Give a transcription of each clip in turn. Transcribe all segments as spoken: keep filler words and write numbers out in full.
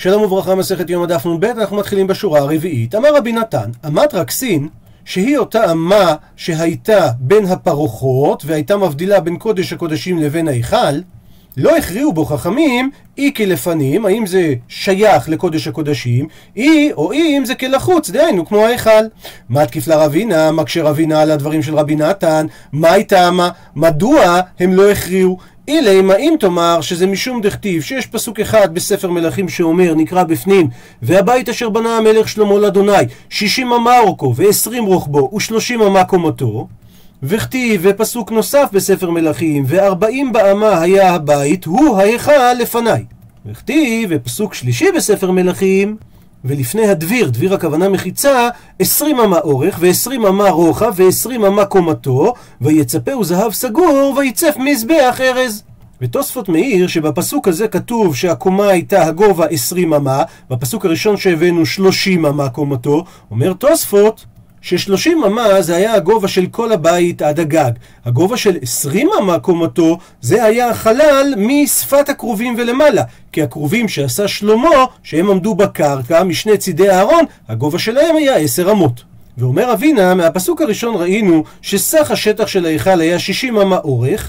שלום וברכה, מסכת יום הדף נ"ב, אנחנו מתחילים בשורה הרביעית. אמר רבי נתן, אמת רקסין, שהיא אותה אמה שהייתה בין הפרוחות והייתה מבדילה בין קודש הקודשים לבין ההיכל, לא הכריעו בו חכמים אי כלפנים, האם זה שייך לקודש הקודשים, אי או אי אם זה כלחוץ, דהיינו כמו ההיכל. מה תקיף לרבינה, מקשה רבינה על הדברים של רבי נתן, מה הייתה אמה, מדוע הם לא הכריעו? אילי, מה אם תאמר שזה משום דכתיב שיש פסוק אחד בספר מלכים שאומר, נקרא בפנים, והבית אשר בנה המלך שלמה לאדוני שישים אמה אורכו ועשרים רוחבו ושלושים אמה קומתו, וכתיב ופסוק נוסף בספר מלכים וארבעים באמה היה הבית הוא ההיכל לפניי, וכתיב ופסוק שלישי בספר מלכים ולפני הדביר, דביר הכוונה מחיצה, עשרים אמה אורך ועשרים אמה רוחב ועשרים אמה קומתו, ויצפהו זהב סגור ויצף מזבח ארז. ותוספות מאיר שבפסוק הזה כתוב שהקומה הייתה הגובה עשרים אמה, בפסוק הראשון שהבאנו שלושים אמה קומתו, אומר תוספות ש-שלושים אמה זה היה הגובה של כל הבית עד הגג. הגובה של עשרים אמה קומתו זה היה החלל משפת הקרובים ולמעלה, כי הקרובים שעשה שלמה, שהם עמדו בקרקע משני צידי הארון, הגובה שלהם היה עשר אמות. ואומר אבינה, מהפסוק הראשון ראינו שסך השטח של ההיכל היה שישים אמה אורך,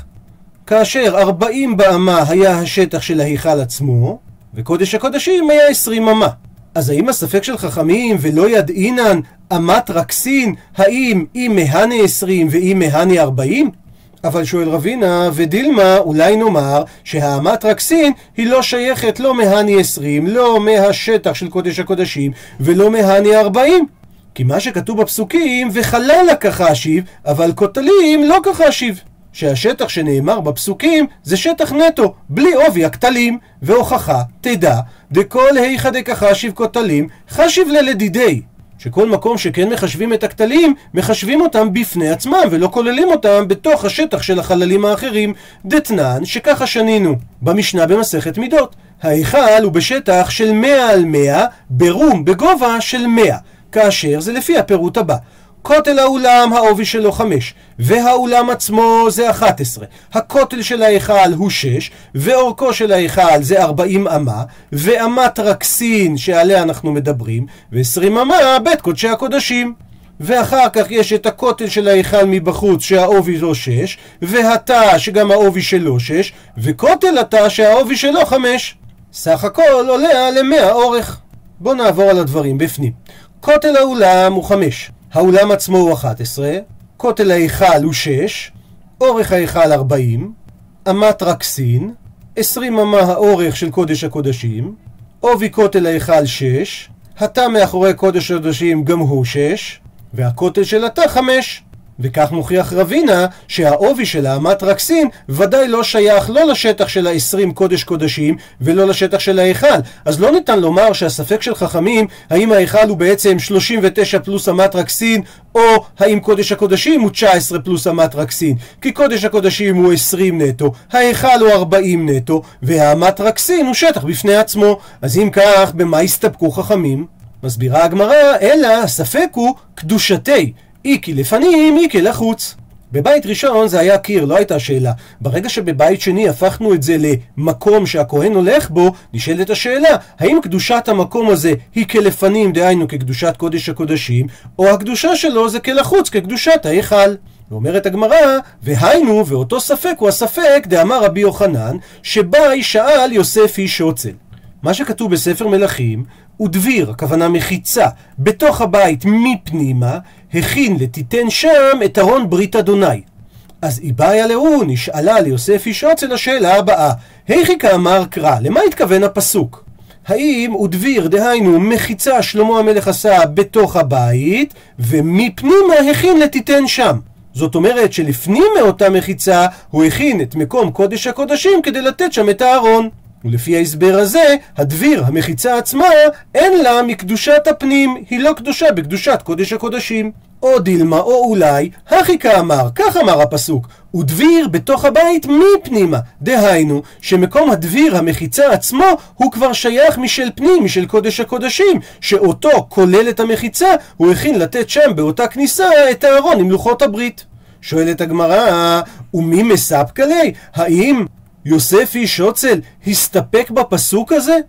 כאשר ארבעים באמה היה השטח של ההיכל עצמו, וקודש הקודשים היה עשרים אמה. אז האם הספק של חכמים ולא ידעינן אמת רקסין, האם אי מהני עשרים ואי מהני ארבעים? אבל שואל רבינה, ודילמה אולי נאמר שהאמת רקסין היא לא שייכת לא מהני עשרים, לא מהשטח של קודש הקודשים ולא מהני ארבעים. כי מה שכתוב בפסוקים וחללה כחשיב, אבל כותלים לא כחשיב. שהשטח שנאמר בפסוקים זה שטח נטו, בלי עובי הכתלים, והוכחה תדע דכל היכא דכחשיב כותלים חשיב ללדידי, שכל מקום שכן מחשבים את הכתלים, מחשבים אותם בפני עצמם ולא כוללים אותם בתוך השטח של החללים האחרים. דתנן שככה שנינו במשנה במסכת מידות, ההיכל הוא בשטח של מאה על מאה, ברום בגובה של מאה, כאשר זה לפי הפירוט הבא: כותל האולם העובי שלו חמש, והאולם עצמו זה אחת עשרה, הכותל של ההיכל הוא שש, ואורכו של ההיכל זה ארבעים אמה, ואמת רקסין שעליה אנחנו מדברים, ועשרים אמה בית קודשי הקודשים. ואחר כך יש את הכותל של ההיכל מבחוץ שהעובי לו שש, והתא שגם העובי שלו שש, וכותל התא שהעובי שלו חמש. סך הכל עולה למאה אורך. בואו נעבור על הדברים בפנים. כותל האולם הוא חמש, האולם עצמו הוא אחת עשרה, כותל ההיכל הוא שש, אורך ההיכל ארבעים, אמת רקסין, עשרים אמה האורך של קודש הקודשים, עובי כותל ההיכל שש, התא מאחורי קודש הקודשים גם הוא שש, והכותל של התא חמש. וכך מוכיח רבינה שהעובי של האמת רקסין ודאי לא שייך לא לשטח של ה-עשרים קודש קודשים ולא לשטח של ההיכל. אז לא ניתן לומר שהספק של חכמים האם ההיכל הוא בעצם שלושים ותשע פלוס אמת רקסין, או האם קודש הקודשים הוא תשע עשרה פלוס אמת רקסין, כי קודש הקודשים הוא עשרים נטו, ההיכל הוא ארבעים נטו, והאמת רקסין הוא שטח בפני עצמו. אז אם כך, במה הסתפקו חכמים? מסבירה הגמרא, אלא הספק הוא קדושתי, אי כי לפנים, אי כי לחוץ. בבית ראשון זה היה קיר, לא הייתה שאלה. ברגע שבבית שני הפכנו את זה למקום שהכהן הולך בו, נשאלת השאלה, האם קדושת המקום הזה היא כלפנים, דהיינו כקדושת קודש הקודשים, או הקדושה שלו זה כלחוץ, כקדושת ההיכל. ואומרת הגמרא, והיינו, ואותו ספק הוא הספק דאמר רבי יוחנן, שבאי שאל יוסף איש שוצל. מה שכתוב בספר מלכים, ודביר, הכוונה מחיצה, בתוך הבית מפנימה, הכין לתיתן שם את ארון ברית אדוני. אז איבאיה להוא נשאלה ליוסף איש שוצל השאלה הבאה, היכי כאמר קרא, למה התכוון הפסוק? האם ודביר, דהיינו מחיצה שלמה המלך עשה בתוך הבית, ומפנימה הכין לתיתן שם? זאת אומרת שלפנים מאותה מחיצה הוא הכין את מקום קודש הקודשים כדי לתת שם את הארון. ולפי ההסבר הזה, הדביר, המחיצה עצמה, אין לה מקדושת הפנים, היא לא קדושה בקדושת קודש הקודשים. או דילמה או אולי, הכי כאמר, כך אמר הפסוק, ודביר בתוך הבית מפנימה, דהיינו שמקום הדביר, המחיצה עצמו, הוא כבר שייך משל פנים, משל קודש הקודשים, שאותו כולל את המחיצה, הוא הכין לתת שם באותה כניסה את הארון עם לוחות הברית. שואלת הגמרא, ומי מספקא ליה? האם יוסף איש שוצל הסתפק בפסוק הזה?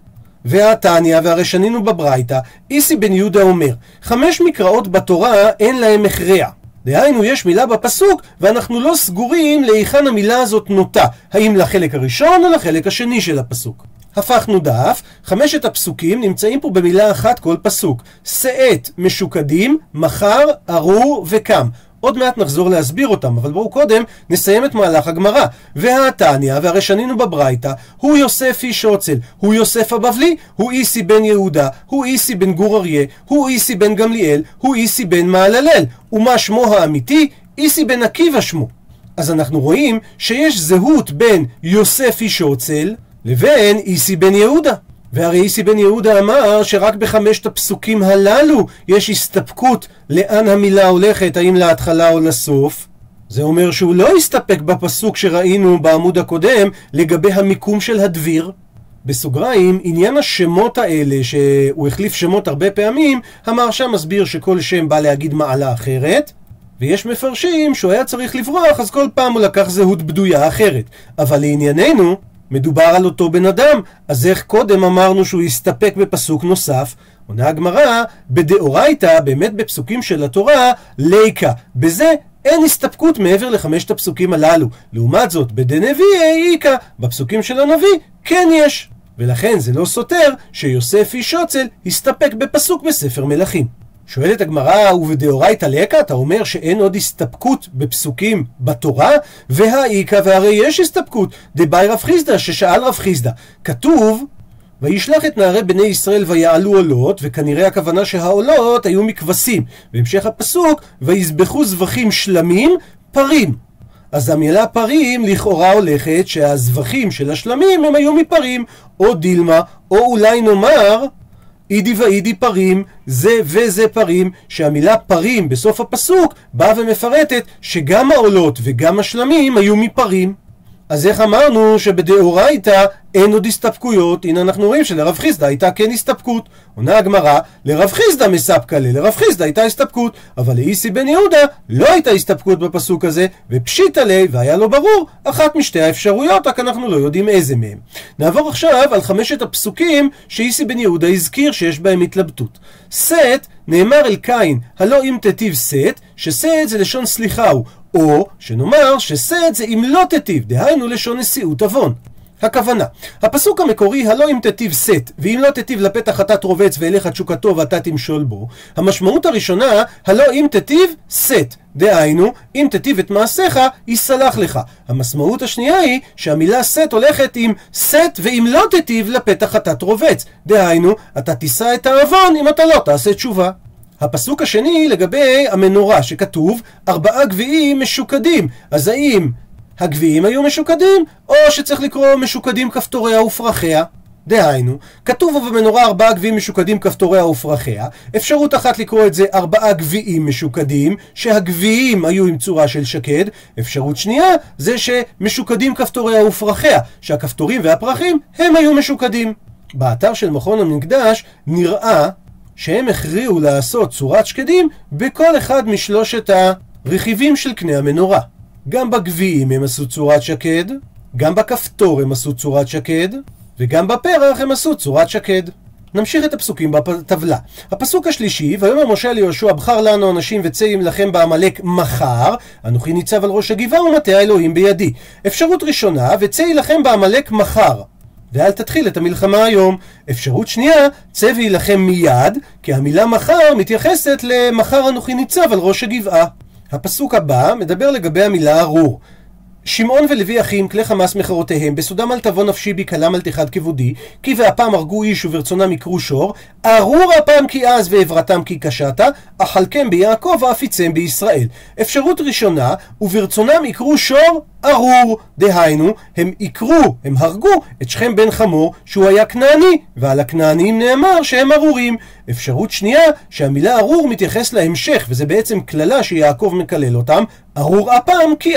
והתניא והרי שנינו בברייתא, איסי בן יהודה אומר, חמש מקראות בתורה אין להם מכרע. דהיינו יש מילה בפסוק ואנחנו לא סגורים להיכן המילה הזאת נוטה, האם לחלק הראשון או לחלק השני של הפסוק. הפכנו דף, חמשת הפסוקים נמצאים פה במילה אחת כל פסוק, שאת, משוקדים, מחר, ארור וקם. עוד מעט נחזור להסביר אותם, אבל בואו קודם נסיים את מהלך הגמרא. והתניא והרי שנינו בברייתא, הוא יוסף איש עוצל, הוא יוסף הבבלי, הוא איסי בן יהודה, הוא איסי בן גור אריה, הוא איסי בן גמליאל, הוא איסי בן מעללל. ומה שמו האמיתי? איסי בן עקיבא שמו. אז אנחנו רואים שיש זהות בין יוסף איש עוצל לבין איסי בן יהודה. והרי איסי בן יהודה אמר שרק בחמשת הפסוקים הללו יש הסתפקות לאן המילה הולכת, האם להתחלה או לסוף. זה אומר שהוא לא הסתפק בפסוק שראינו בעמוד הקודם לגבי המיקום של הדביר. בסוגריים, עניין השמות האלה שהוא החליף שמות הרבה פעמים, המהרש"ם מסביר שכל שם בא להגיד מעלה אחרת, ויש מפרשים שהוא היה צריך לברוח אז כל פעם הוא לקח זהות בדויה אחרת. אבל לענייננו מדובר על אותו בן אדם, אז איך קודם אמרנו שהוא יסתפק בפסוק נוסף? עונה הגמרא, בדאורייתא, באמת בפסוקים של התורה, ליקה. בזה אין הסתפקות מעבר לחמשת הפסוקים הללו. לעומת זאת, בדנביא איקה, בפסוקים של הנביא, כן יש. ולכן זה לא סותר שיוסף איש עוצל הסתפק בפסוק בספר מלכים. שואלת הגמרא, ובדאורייתא ליקה, אתה אומר שאין עוד הסתפקות בפסוקים בתורה? והאיקה, והרי יש הסתפקות. דבאי רב חיסדא, ששאל רב חיסדא, כתוב, וישלח את נערי בני ישראל ויעלו עולות, וכנראה הכוונה שהעולות היו מכבשים. בהמשך הפסוק, ויזבחו זבחים שלמים, פרים. אז המילה פרים לכאורה הולכת שהזבחים של השלמים הם היו מפרים, או דילמה, או אולי נאמר אידי ואידי פרים, זה וזה פרים, שהמילה פרים בסוף הפסוק באה ומפרטת שגם העולות וגם השלמים היו מפרים. אז איך אמרנו שבדאורייתא אין עוד הסתפקויות? הנה אנחנו רואים שלרב חיסדא הייתה כן הסתפקות. עונה הגמרא, לרב חיסדא מספקא לה, לרב חיסדא הייתה הסתפקות, אבל לאיסי בן יהודה לא הייתה הסתפקות בפסוק הזה, ופשיטא לה, והיה לו ברור אחת משתי האפשרויות, רק אנחנו לא יודעים איזה מהם. נעבור עכשיו על חמשת הפסוקים שאיסי בן יהודה הזכיר שיש בהם התלבטות. סט נאמר אל קין, הלא אם תטיב סט, שסט זה לשון סליחה הוא, או שנאמר שסט זה אם לא תטיב, דהיינו לשון נשיאות עוון. הכוונה, הפסוק המקורי הלא אם תטיב סט, ואם לא תטיב לפתח אתה תרובץ ואליך תשוקתו ואתה תמשול בו, המשמעות הראשונה הלא אם תטיב סט, דהיינו אם תטיב את מעשיך יסלח לך. המשמעות השנייה היא שהמילה סט הולכת עם סט ואם לא תטיב לפתח אתה תרובץ, דהיינו אתה תישא את העוון אם אתה לא תעשה תשובה. הפסוק השני לגבי המנורה שכתוב ארבעה גביעים משוקדים, אז האם הגביעים היו משוקדים או שצריך לקרוא משוקדים כפתוריה ופרחיה? דהיינו, כתוב במנורה ארבעה גביעים משוקדים כפתוריה ופרחיה, אפשרות אחת לקרוא את זה ארבעה גביעים משוקדים שהגביעים היו עם צורה של שקד, אפשרות שנייה זה שמשוקדים כפתוריה ופרחיה שהכפתורים והפרחים הם היו משוקדים. באתר של מכון המקדש נראה שהם הכריעו לעשות צורת שקדים בכל אחד משלושת הרכיבים של קנה המנורה. גם בגביעים הם עשו צורת שקד, גם בכפתור הם עשו צורת שקד, וגם בפרח הם עשו צורת שקד. נמשיך את הפסוקים בטבלה. הפסוק השלישי, ויאמר משה ליהושע בחר לנו אנשים וצאים לכם בעמלק מחר, אנוכי ניצב על ראש הגבעה ומטה האלוהים בידי. אפשרות ראשונה, וצאי לכם בעמלק מחר, ואל תתחיל את המלחמה היום. אפשרות שנייה, צא וילחם מיד, כי המילה מחר מתייחסת למחר אנוכי ניצב על ראש הגבעה. הפסוק הבא מדבר לגבי המילה ארור. שמעון ולוי אחים כלי חמאס מחרותיהם, בסודם אל תבוא נפשי בי קלם אל תחד כבודי, כי והפעם הרגו איש וברצונם יקרו שור, ארור הפעם כי אז ועברתם כי קשתה, אכלכם ביעקב ואפיצם בישראל. אפשרות ראשונה, וברצונם יקרו שור ארור, דהיינו הם יקרו, הם הרגו את שכם בן חמור שהוא היה כנעני, ועל הכנענים נאמר שהם ארורים. אפשרות שנייה, שהמילה ארור מתייחס להמשך, וזה בעצם כללה שיעקב מקלל אותם, ארור הפעם כי אז.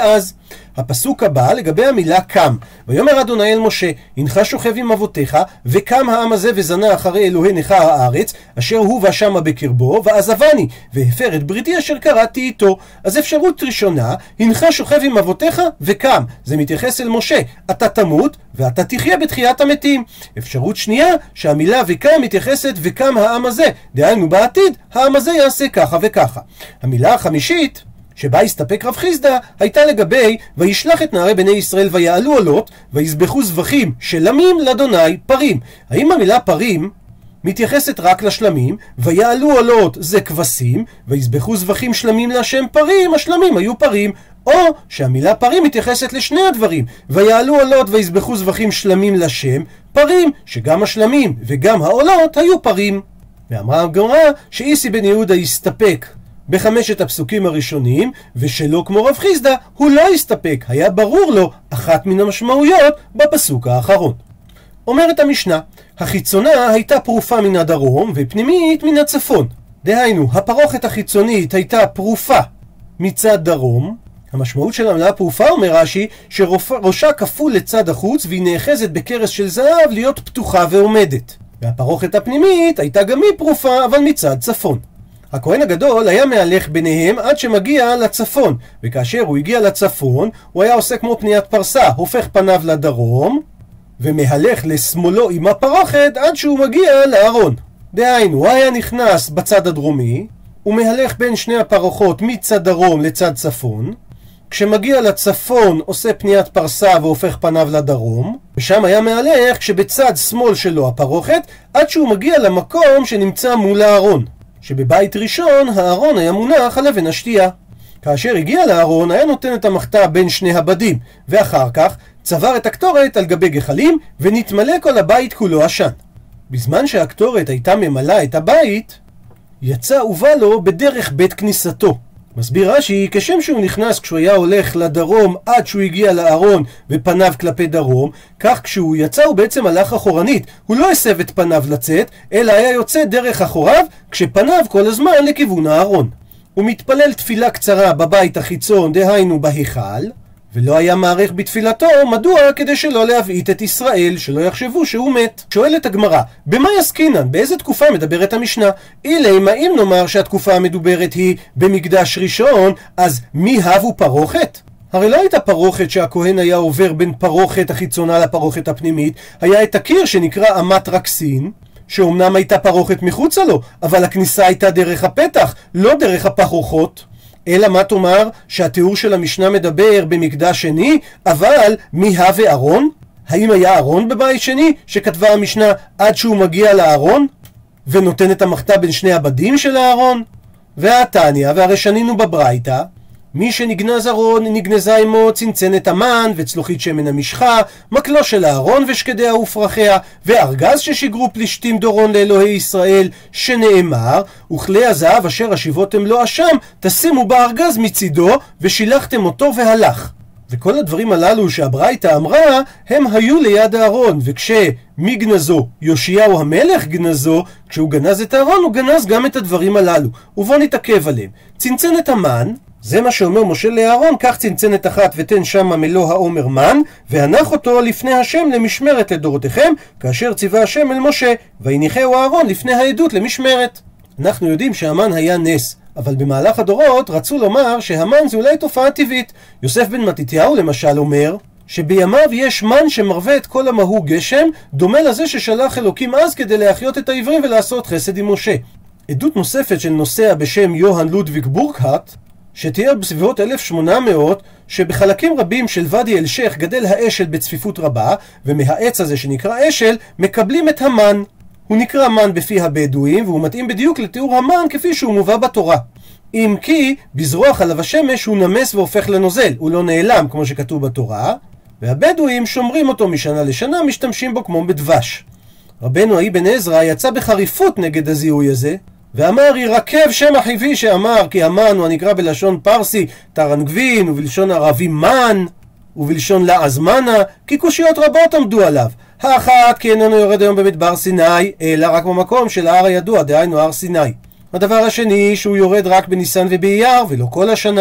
הפסוק הבא לגבי המילה קם. ויאמר אדוני אל משה, הנך שוכב עם אבותיך, וקם העם הזה וזנה אחרי אלוהי נכר הארץ, אשר הוא ושמה בקרבו, ועזבני, והפר את בריתי אשר קראתי איתו. אז אפשרות ראשונה, הנך שוכב עם אבותיך וקם. זה מתייחס אל משה, אתה תמות ואתה תחיה בתחיית המתים. אפשרות שנייה, שהמילה וקם מתייחסת וקם העם הזה, דהיינו בעתיד, העם הזה יעשה ככה וככה. המילה החמישית, שבה הסתפק רב חיסדא, הייתה לגבי וישלח את נערי בני ישראל ויעלו עולות ויזבחו זבחים שלמים לאדוני פרים. האם המילה פרים מתייחסת רק לשלמים, ויעלו עולות זה כבשים, ויזבחו זבחים שלמים להשם פרים, השלמים היו פרים, או שהמילה פרים מתייחסת לשני הדברים, ויעלו עולות ויזבחו זבחים שלמים לשם פרים, שגם השלמים וגם העולות היו פרים. ואמרה הגמרא שאיסי בן יהודה הסתפק בחמשת הפסוקים הראשונים, ושלא כמו רב חיסדא הוא לא הסתפק, היה ברור לו אחת מן המשמעויות בפסוק האחרון. אומרת המשנה, החיצונה הייתה פרופה מן הדרום ופנימית מן הצפון. דהיינו, הפרוכת החיצונית הייתה פרופה מצד דרום. המשמעות של המילה פרופה, אומר רש"י, שראשה כפול לצד החוץ והיא נאחזת בקרס של זהב להיות פתוחה ועומדת. והפרוכת הפנימית הייתה גם היא פרופה אבל מצד צפון. הכהן הגדול היה מהלך ביניהם עד שמגיע לצפון, וכאשר הוא הגיע לצפון הוא היה עושה כמו פניית פרסה, הופך פניו לדרום ומהלך לשמאלו עם הפרוכת עד שהוא מגיע לארון. דהיינו, הוא היה נכנס בצד הדרומי, הוא מהלך בין שני הפרוחות מצד דרום לצד צפון, כשמגיע לצפון עושה פניית פרסה והופך פניו לדרום, ושם היה מהלך כשבצד שמאל שלו הפרוכת עד שהוא מגיע למקום שנמצא מול הארון, שבבית ראשון הארון היה מונח על אבן השתייה. כאשר הגיע לארון היה נותן את המחתה בין שני הבדים, ואחר כך צבר את הקטורת על גבי גחלים ונתמלא כל הבית כולו עשן. בזמן שהקטורת הייתה ממלאה את הבית, יצא ובא לו בדרך בית כניסתו. מסביר רש"י, כשם שהוא נכנס כשהוא היה הולך לדרום עד שהוא הגיע לארון ופניו כלפי דרום, כך כשהוא יצא הוא בעצם הלך אחורנית, הוא לא הסב את פניו לצאת, אלא היה יוצא דרך אחוריו כשפניו כל הזמן לכיוון הארון. הוא מתפלל תפילה קצרה בבית החיצון, דהיינו בהיכל, ולא היה מערך בתפילתו. מדוע? כדי שלא להבעית את ישראל, שלא יחשבו שהוא מת. שואלת הגמרא, במה יסקינן? באיזה תקופה מדברת המשנה? אילי, אם נאמר שהתקופה המדוברת היא במקדש ראשון, אז מי הבו פרוכת? הרי לא הייתה פרוכת שהכהן היה עובר בין פרוכת החיצונה לפרוכת הפנימית, היה את הקיר שנקרא אמת רקסין, שאומנם הייתה פרוכת מחוצה לו, אבל הכניסה הייתה דרך הפתח, לא דרך הפרוחות. אלא מה תאמר שהתיאור של המשנה מדבר במקדש שני, אבל מי הווה ארון? האם היה ארון בבית שני שכתבה המשנה עד שהוא מגיע לארון ונותן את המחתה בין שני הבדים של הארון? והתניא, והרי שנינו בברייתא, מי שנגנז ארון נגנזה עמו צנצנת המן וצלוחית שמן המשחה, מקלו של הארון ושקדיה ופרחיה, וארגז ששיגרו פלישתים דורון לאלוהי ישראל, שנאמר, וכלי הזהב אשר השיבותם לו אשם תשימו בארגז מצידו ושילחתם אותו והלך. וכל הדברים הללו שהברייתא אמרה הם היו ליד הארון, וכשמי גנזו? יאשיהו המלך גנזו, כשהוא גנז את הארון הוא גנז גם את הדברים הללו, ובוא נתעכב עליהם. צנצנת המן, זה מה שאומר משה לאהרון, כך צנצנת אחת ותן שמה מלוא העומר מן, והנח אותו לפני השם למשמרת לדורותיכם, כאשר ציווה השם אל משה, והניחהו אהרון לפני העדות למשמרת. אנחנו יודעים שהמן היה נס, אבל במהלך הדורות רצו לומר שהמן זה אולי תופעה טבעית. יוסף בן מתתיהו למשל אומר שבימיו יש מן שמרווה את כל המהו גשם, דומה לזה ששלח אלוקים אז כדי להחיות את העברים ולעשות חסד עם משה. עדות נוספת של נוסע בשם יוהן לודוויג בורקהרט, שתיאר בסביבות אלף ושמונה מאות שבחלקים רבים של ואדי אל-שייח גדל האשל בצפיפות רבה, ומהעץ הזה שנקרא אשל מקבלים את המן. הוא נקרא מן בפי הבדואים, והוא מתאים בדיוק לתיאור המן כפי שהוא מובא בתורה. אם כי בזרוח עליו השמש הוא נמס והופך לנוזל, הוא לא נעלם כמו שכתוב בתורה, והבדואים שומרים אותו משנה לשנה, משתמשים בו כמו בדבש. רבנו אבן עזרא יצא בחריפות נגד הזיהוי הזה, ואמר ירקב שם אחיו שאמר כי המן הוא הנקרא בלשון פרסי טרנגבין, ובלשון ערבי מן, ובלשון לעזמנה, כי קושיות רבות עמדו עליו. האחת כי איננו יורד היום במדבר סיני, אלא רק במקום של ההר הידוע, דהיינו הר סיני. הדבר השני שהוא יורד רק בניסן ובאייר ולא כל השנה.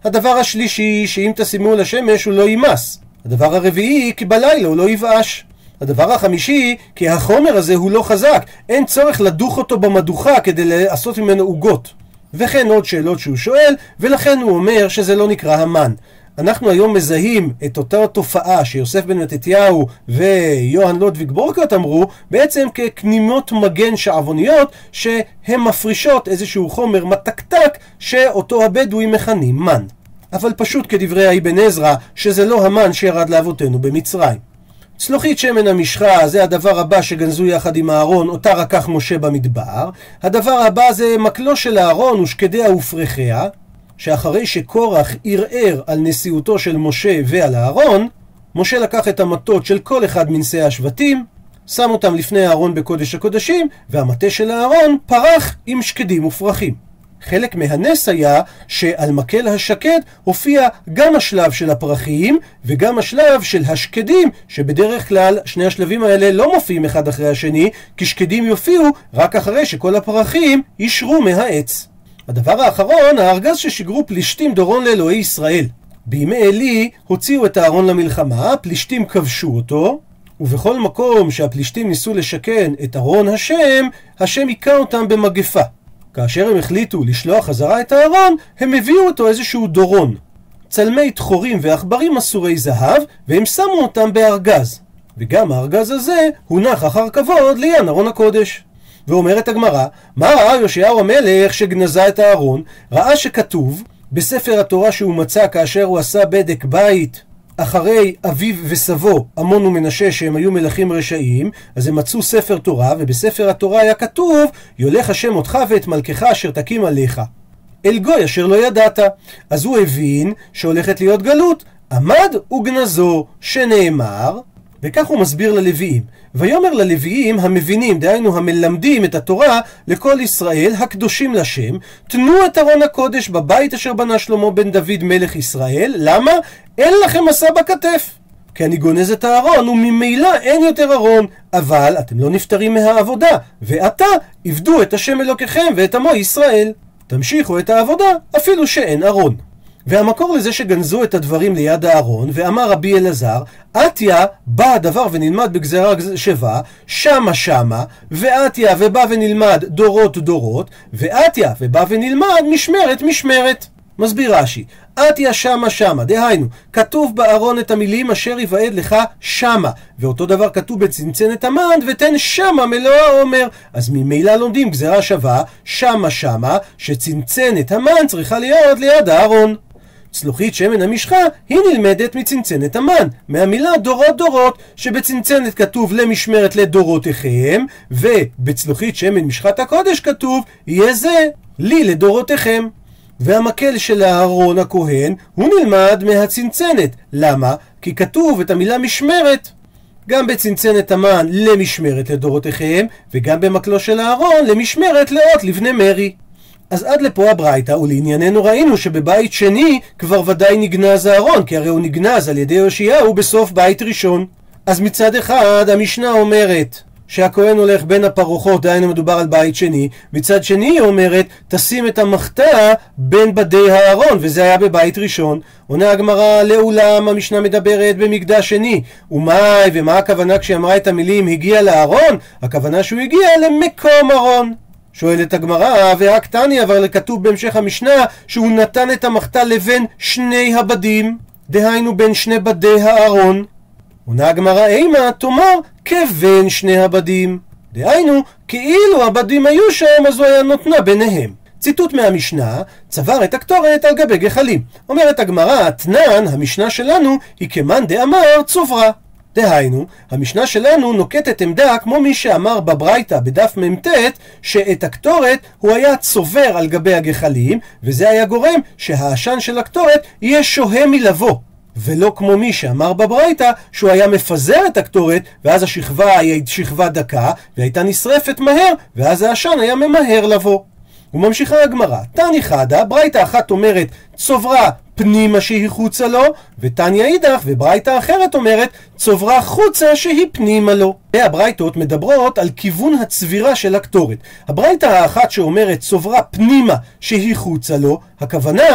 הדבר השלישי, שאם תשימו לשמש הוא לא יימס. הדבר הרביעי, כי בלילה הוא לא יבאש. הדבר החמישי, כי החומר הזה הוא לא חזק, אין צורך לדוך אותו במדוכה כדי לעשות ממנו עוגות. וכן עוד שאלות שהוא שואל, ולכן הוא אומר שזה לא נקרא המן. אנחנו היום מזהים את אותה תופעה שיוסף בן מתתיהו ויוהאן לודוויג בורקהרט אמרו, בעצם כקנימות מגן שעבוניות שהן מפרישות איזשהו חומר מתקתק שאותו הבדואי מכנים מן. אבל פשוט כדברי אבן עזרא שזה לא המן שירד לאבותינו במצרים. צלוחית שמן המשחה זה הדבר הבא שגנזו יחד עם הארון, אותה רקח משה במדבר. הדבר הבא זה מקלו של הארון ושקדיה ופרחיה, שאחרי שקורח ערער על נשיאותו של משה ועל הארון, משה לקח את המטות של כל אחד מנשאי השבטים, שם אותם לפני הארון בקודש הקודשים, והמטה של הארון פרח עם שקדים ופרחים. חלק מהנס היה שעל מקל השקד הופיע גם השלב של הפרחים וגם השלב של השקדים, שבדרך כלל שני השלבים האלה לא מופיעים אחד אחרי השני, כי שקדים יופיעו רק אחרי שכל הפרחים ישרו מהעץ. הדבר האחרון, הארגז ששיגרו פלישתים דורון לאלוהי ישראל. בימי עלי הוציאו את הארון למלחמה, פלישתים כבשו אותו, ובכל מקום שהפלישתים ניסו לשכן את ארון השם, השם היכה אותם במגפה. כאשר הם החליטו לשלוח חזרה את הארון, הם הביאו אותו איזשהו דורון. צלמי תחורים ועכברים אסורי זהב, והם שמו אותם בארגז. וגם הארגז הזה הונח אחר כבוד ליד ארון הקודש. ואומרת הגמרא, מה ראה יאשיהו המלך שגנזה את הארון? ראה שכתוב בספר התורה שהוא מצא כאשר הוא עשה בדק בית אחרי אביו וסבו עמון ומנשה שהם היו מלכים רשעים, אז הם מצאו ספר תורה, ובספר התורה היה כתוב יולך השם אותך ואת מלכך אשר תקים עליך אל גוי אשר לא ידעת. אז הוא הבין שהולכת להיות גלות, עמד וגנזו שנאמר, וכך הוא מסביר ללוויים, ויאמר ללוויים המבינים, דהיינו המלמדים את התורה לכל ישראל הקדושים לשם, תנו את ארון הקודש בבית אשר בנה שלמה בן דוד מלך ישראל. למה? אין לכם מסע בכתף, כי אני גונז את הארון וממילא אין יותר ארון, אבל אתם לא נפטרים מהעבודה, ועתה עבדו את השם אלוקיכם ואת עמו ישראל, תמשיכו את העבודה אפילו שאין ארון. והמקור לזה שגנזו את הדברים ליד הארון, ואמר רבי אלעזר, עתיה בא הדבר ונלמד בגזרה שווה, שמה שמה, ועתיה ובא ונלמד דורות דורות, ועתיה ובא ונלמד משמרת משמרת. מסביר רש"י, עתיה שמה שמה, דהיינו, כתוב בארון את המילים אשר יוועד לך שמה, ואותו דבר כתוב בצנצנת המן, ותן שמה מלוא העומר. אז ממילא לומדים גזרה שווה, שמה שמה, שצנצנת המן צריכה להיות ליד הארון. צלוחית שמן המשחה היא נלמדת מצנצנת המן, מהמילה דורות דורות, שבצנצנת כתוב למשמרת לדורותיכם, ובצלוחית שמן משחת הקודש כתוב יהיה זה לי לדורותיכם. והמקל של הארון הכהן הוא נלמד מהצנצנת. למה? כי כתוב את המילה משמרת גם בצנצנת המן למשמרת לדורותיכם, וגם במקלו של הארון למשמרת לאות לבני מרי. אז עד לפה הברייתא, ולענייננו ראינו שבבית שני כבר ודאי נגנז הארון, כי הרי הוא נגנז על ידי יאשיהו בסוף בית ראשון. אז מצד אחד המשנה אומרת שהכהן הולך בין הפרוחות, דהיינו מדובר על בית שני, מצד שני היא אומרת תשים את המחתה בין בדי הארון, וזה היה בבית ראשון. עונה הגמרא, לעולם המשנה מדברת במקדש שני, ומאי ומה הכוונה כשהיא אמרה את המילים הגיע לארון? הכוונה שהוא הגיע למקום ארון. שואלת הגמרא, והקטני אבל כתוב בהמשך המשנה שהוא נתן את המחתה לבין שני הבדים, דהיינו בין שני בדי הארון. עונה הגמרא, אימה תאמר כבין שני הבדים, דהיינו כאילו הבדים היו שם אז הוא היה נותנה ביניהם. ציטוט מהמשנה, צבר את הקטורת על גבי גחלים. אומרת הגמרא, תנן המשנה שלנו היא כמאן דאמר צוברה, דהיינו המשנה שלנו נוקטת עמדה כמו מי שאמר בברייתא בדף מ"ט שאת הקטורת הוא היה צובר על גבי הגחלים, וזה היה גורם שהעשן של הקטורת יהיה שוהה מלבוא, ולא כמו מי שאמר בברייתא שהוא היה מפזר את הקטורת ואז השכבה היא שכבה דקה והייתה נשרפת מהר ואז העשן היה ממהר לבוא. וממשיכה הגמרא, תני חדה, ברייתא אחת אומרת צוברה פנימה שהיא חוצה לו, ותניא אידך וברייתא אחרת אומרת צוברה חוצה שהיא פנימה לו. והברייתות מדברות על כיוון הצבירה של הקטורת. הברייתא האחת שאומרת צוברה פנימה שהיא חוצה לו, הכוונה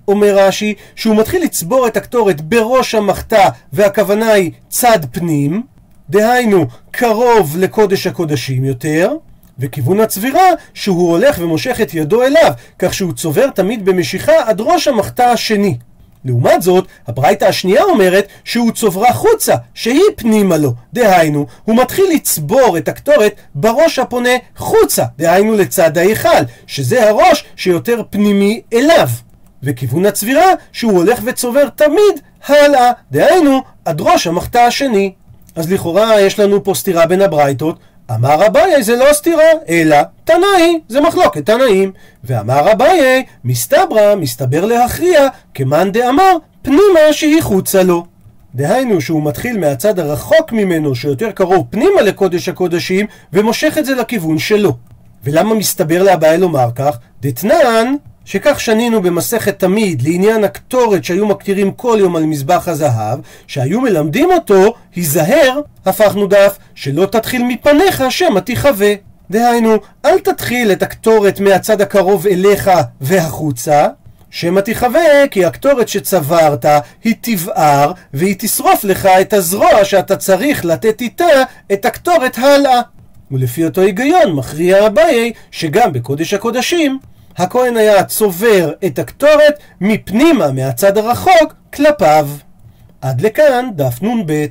אומר רש"י שהוא מתחיל לצבור את הקטורת בראש המחתה, והכוונה היא צד פנים, דהיינו קרוב לקודש הקודשים יותר, וכיוון הצבירה שהוא הולך ומושך את ידו אליו, כך שהוא צובר תמיד במשיכה עד ראש המחתה השני. לעומת זאת, הברייתא השנייה אומרת שהוא צוברה חוצה, שהיא פנימה לו, דהיינו, הוא מתחיל לצבור את הקטורת בראש הפונה חוצה, דהיינו לצד ההיכל, שזה הראש שיותר פנימי אליו. וכיוון הצבירה שהוא הולך וצובר תמיד הלאה, דהיינו, עד ראש המחתה השני. אז לכאורה יש לנו פה סתירה בין הברייתות. אמר אביי זה לא סתירה, אלא תנאי, זה מחלוקת תנאים. ואמר אביי, מסתברא, מסתבר להכריע, כמאן דאמר, פנימה שהיא חוצה לו. דהיינו שהוא מתחיל מהצד הרחוק ממנו, שיותר קרוב פנימה לקודש הקודשים, ומושך את זה לכיוון שלו. ולמה מסתבר לאביי לומר כך? דתנן, שכך שנינו במסכת תמיד לעניין הקטורת שהיו מקטירים כל יום על מזבח הזהב, שהיו מלמדים אותו, היזהר, הפכנו דף, שלא תתחיל מפניך שמא תיחווה. דהיינו, אל תתחיל את הקטורת מהצד הקרוב אליך והחוצה, שמא תיחווה, כי הקטורת שצברת היא תבער, והיא תשרוף לך את הזרוע שאתה צריך לתת איתה את הקטורת הלאה. ולפי אותו היגיון מכריע אביי שגם בקודש הקודשים, הכהן היה צובר את הקטורת מפנימה מהצד הרחוק כלפיו. עד לכאן דף נון ב'.